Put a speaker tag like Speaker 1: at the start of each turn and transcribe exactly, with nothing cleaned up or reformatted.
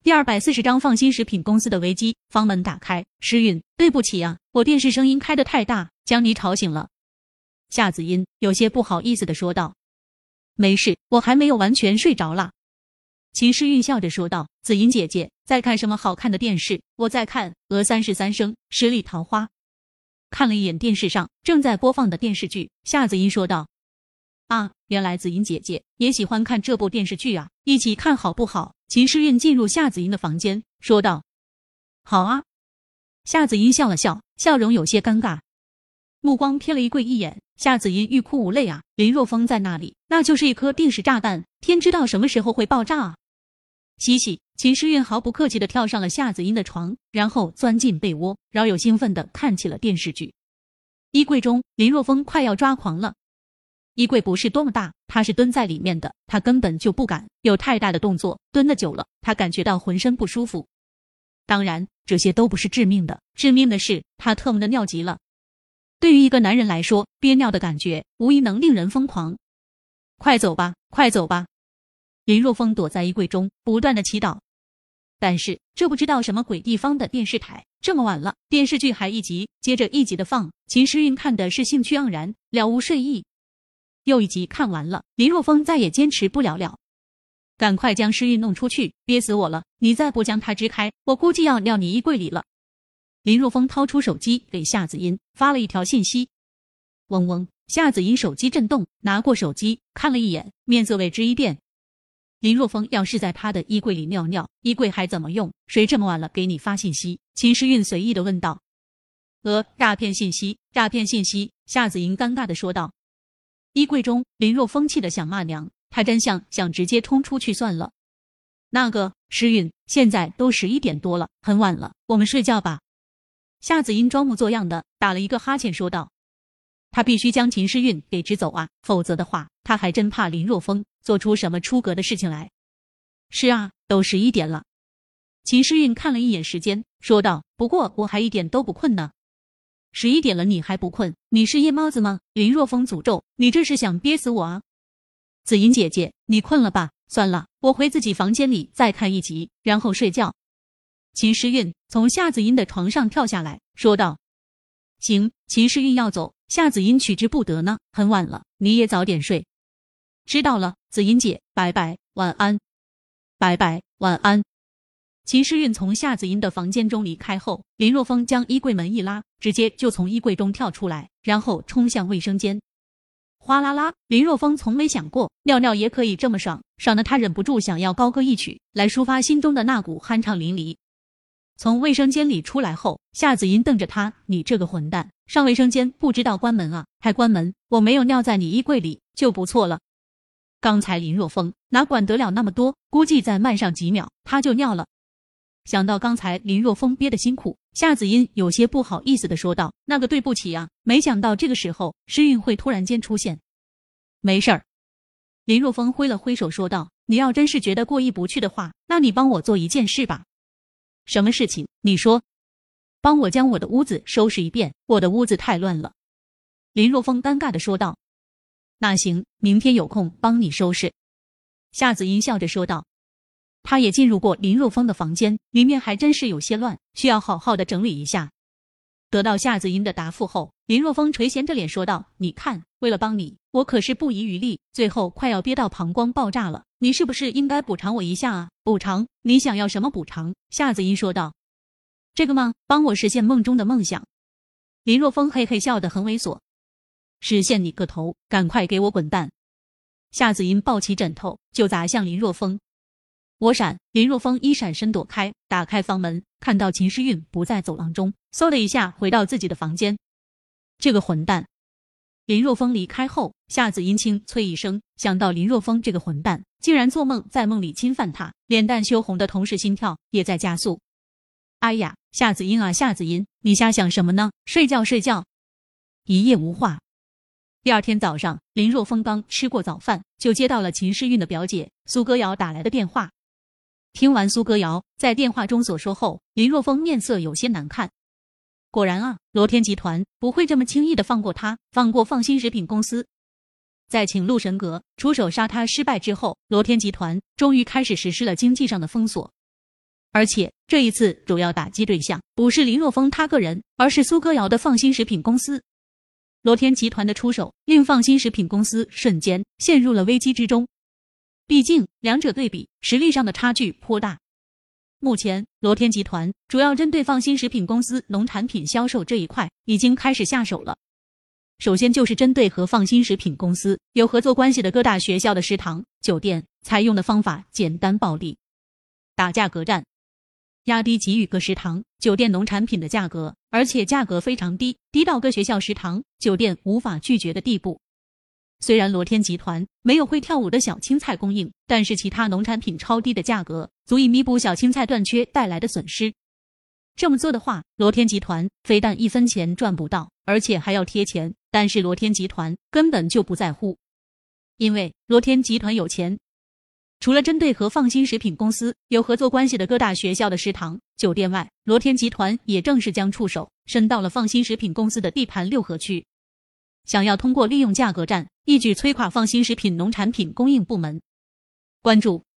Speaker 1: 第二百四十章放心食品公司的危机。房门打开，诗韵，对不起啊，我电视声音开得太大，将你吵醒了。夏子音有些不好意思地说道。没事，我还没有完全睡着啦。秦诗韵笑着说道。子音姐姐，在看什么好看的电视？我在看《娥三十三生十里桃花》。看了一眼电视上正在播放的电视剧，夏子音说道。啊，原来子音姐姐也喜欢看这部电视剧啊，一起看好不好？秦诗韵进入夏子音的房间，说道。好啊。夏子音笑了笑，笑容有些尴尬，目光瞥了衣柜一眼，夏子音欲哭无泪啊！林若风在那里，那就是一颗定时炸弹，天知道什么时候会爆炸啊！嘻嘻，秦诗韵毫不客气地跳上了夏子音的床，然后钻进被窝，饶有兴奋地看起了电视剧。衣柜中，林若风快要抓狂了。衣柜不是多么大，他是蹲在里面的，他根本就不敢有太大的动作，蹲得久了，他感觉到浑身不舒服。当然，这些都不是致命的，致命的是他特么的尿急了。对于一个男人来说，憋尿的感觉无疑能令人疯狂。快走吧，快走吧！林若风躲在衣柜中，不断的祈祷。但是这不知道什么鬼地方的电视台，这么晚了，电视剧还一集接着一集的放，秦诗韵看的是兴趣盎然，了无睡意。又一集看完了，林若风再也坚持不了了。赶快将诗韵弄出去，憋死我了！你再不将它支开，我估计要尿你衣柜里了。林若风掏出手机给夏子音发了一条信息。嗡嗡，夏子音手机震动，拿过手机看了一眼，面色为之一变。林若风要是在他的衣柜里尿尿，衣柜还怎么用？谁这么晚了给你发信息？秦诗韵随意地问道。呃，诈骗信息，诈骗信息，夏子音尴尬地说道。衣柜中，林若风气得想骂娘，他真想想直接冲出去算了。那个，诗韵，现在都十一点多了，很晚了，我们睡觉吧。夏子音装模作样的打了一个哈欠说道。他必须将秦诗韵给支走啊，否则的话，他还真怕林若风做出什么出格的事情来。是啊，都十一点了。秦诗韵看了一眼时间，说道，不过我还一点都不困呢。十一点了你还不困？你是夜猫子吗？林若风诅咒，你这是想憋死我啊！子音姐姐，你困了吧？算了，我回自己房间里再看一集，然后睡觉。秦诗韵从夏子音的床上跳下来，说道。行，秦诗韵要走，夏子音取之不得呢，很晚了，你也早点睡。知道了，子音姐，拜拜，晚安。拜拜，晚安。秦诗韵从夏子音的房间中离开后，林若风将衣柜门一拉，直接就从衣柜中跳出来，然后冲向卫生间。哗啦啦，林若风从没想过尿尿也可以这么爽，爽得他忍不住想要高歌一曲，来抒发心中的那股酣畅淋漓。从卫生间里出来后，夏子音瞪着他，你这个混蛋，上卫生间不知道关门啊，还关门，我没有尿在你衣柜里就不错了。刚才林若风哪管得了那么多，估计再慢上几秒他就尿了。想到刚才林若风憋得辛苦，夏子音有些不好意思地说道，那个对不起啊，没想到这个时候诗韵会突然间出现。没事儿。林若风挥了挥手说道，你要真是觉得过意不去的话，那你帮我做一件事吧。什么事情？你说。帮我将我的屋子收拾一遍，我的屋子太乱了。林若风尴尬地说道。那行，明天有空帮你收拾。夏子音笑着说道。他也进入过林若风的房间，里面还真是有些乱，需要好好的整理一下。得到夏子音的答复后，林若风垂涎着脸说道，你看，为了帮你，我可是不遗余力，最后快要憋到膀胱爆炸了，你是不是应该补偿我一下啊？补偿？你想要什么补偿？夏子音说道。这个吗？帮我实现梦中的梦想。林若风嘿嘿笑得很猥琐。实现你个头，赶快给我滚蛋！夏子音抱起枕头就砸向林若风。我闪！林若风一闪身躲开，打开房门，看到秦诗韵不在走廊中，嗖的一下回到自己的房间。这个混蛋！林若风离开后，夏子音轻啐一声，想到林若风这个混蛋竟然做梦在梦里侵犯他，脸蛋羞红的同时心跳也在加速。哎呀，夏子音啊夏子音，你瞎想什么呢？睡觉睡觉。一夜无话。第二天早上，林若风刚吃过早饭，就接到了秦诗韵的表姐苏歌瑶打来的电话。听完苏歌瑶在电话中所说后，林若风面色有些难看。果然啊，罗天集团不会这么轻易的放过他，放过放心食品公司。在请陆神阁出手杀他失败之后，罗天集团终于开始实施了经济上的封锁。 而且这一次主要打击对象不是林若风他个人，而是苏歌瑶的放心食品公司。罗天集团的出手令放心食品公司瞬间陷入了危机之中。毕竟两者对比，实力上的差距颇大。目前罗天集团主要针对放心食品公司农产品销售这一块已经开始下手了。首先就是针对和放心食品公司有合作关系的各大学校的食堂、酒店，采用的方法简单暴力，打价格战，压低给予各食堂、酒店农产品的价格，而且价格非常低，低到各学校食堂、酒店无法拒绝的地步。虽然罗天集团没有会跳舞的小青菜供应，但是其他农产品超低的价格足以弥补小青菜断缺带来的损失。这么做的话，罗天集团非但一分钱赚不到，而且还要贴钱，但是罗天集团根本就不在乎，因为罗天集团有钱。除了针对和放心食品公司有合作关系的各大学校的食堂、酒店外，罗天集团也正式将触手伸到了放心食品公司的地盘六合区，想要通过利用价格战一举摧垮放心食品农产品供应部门。关注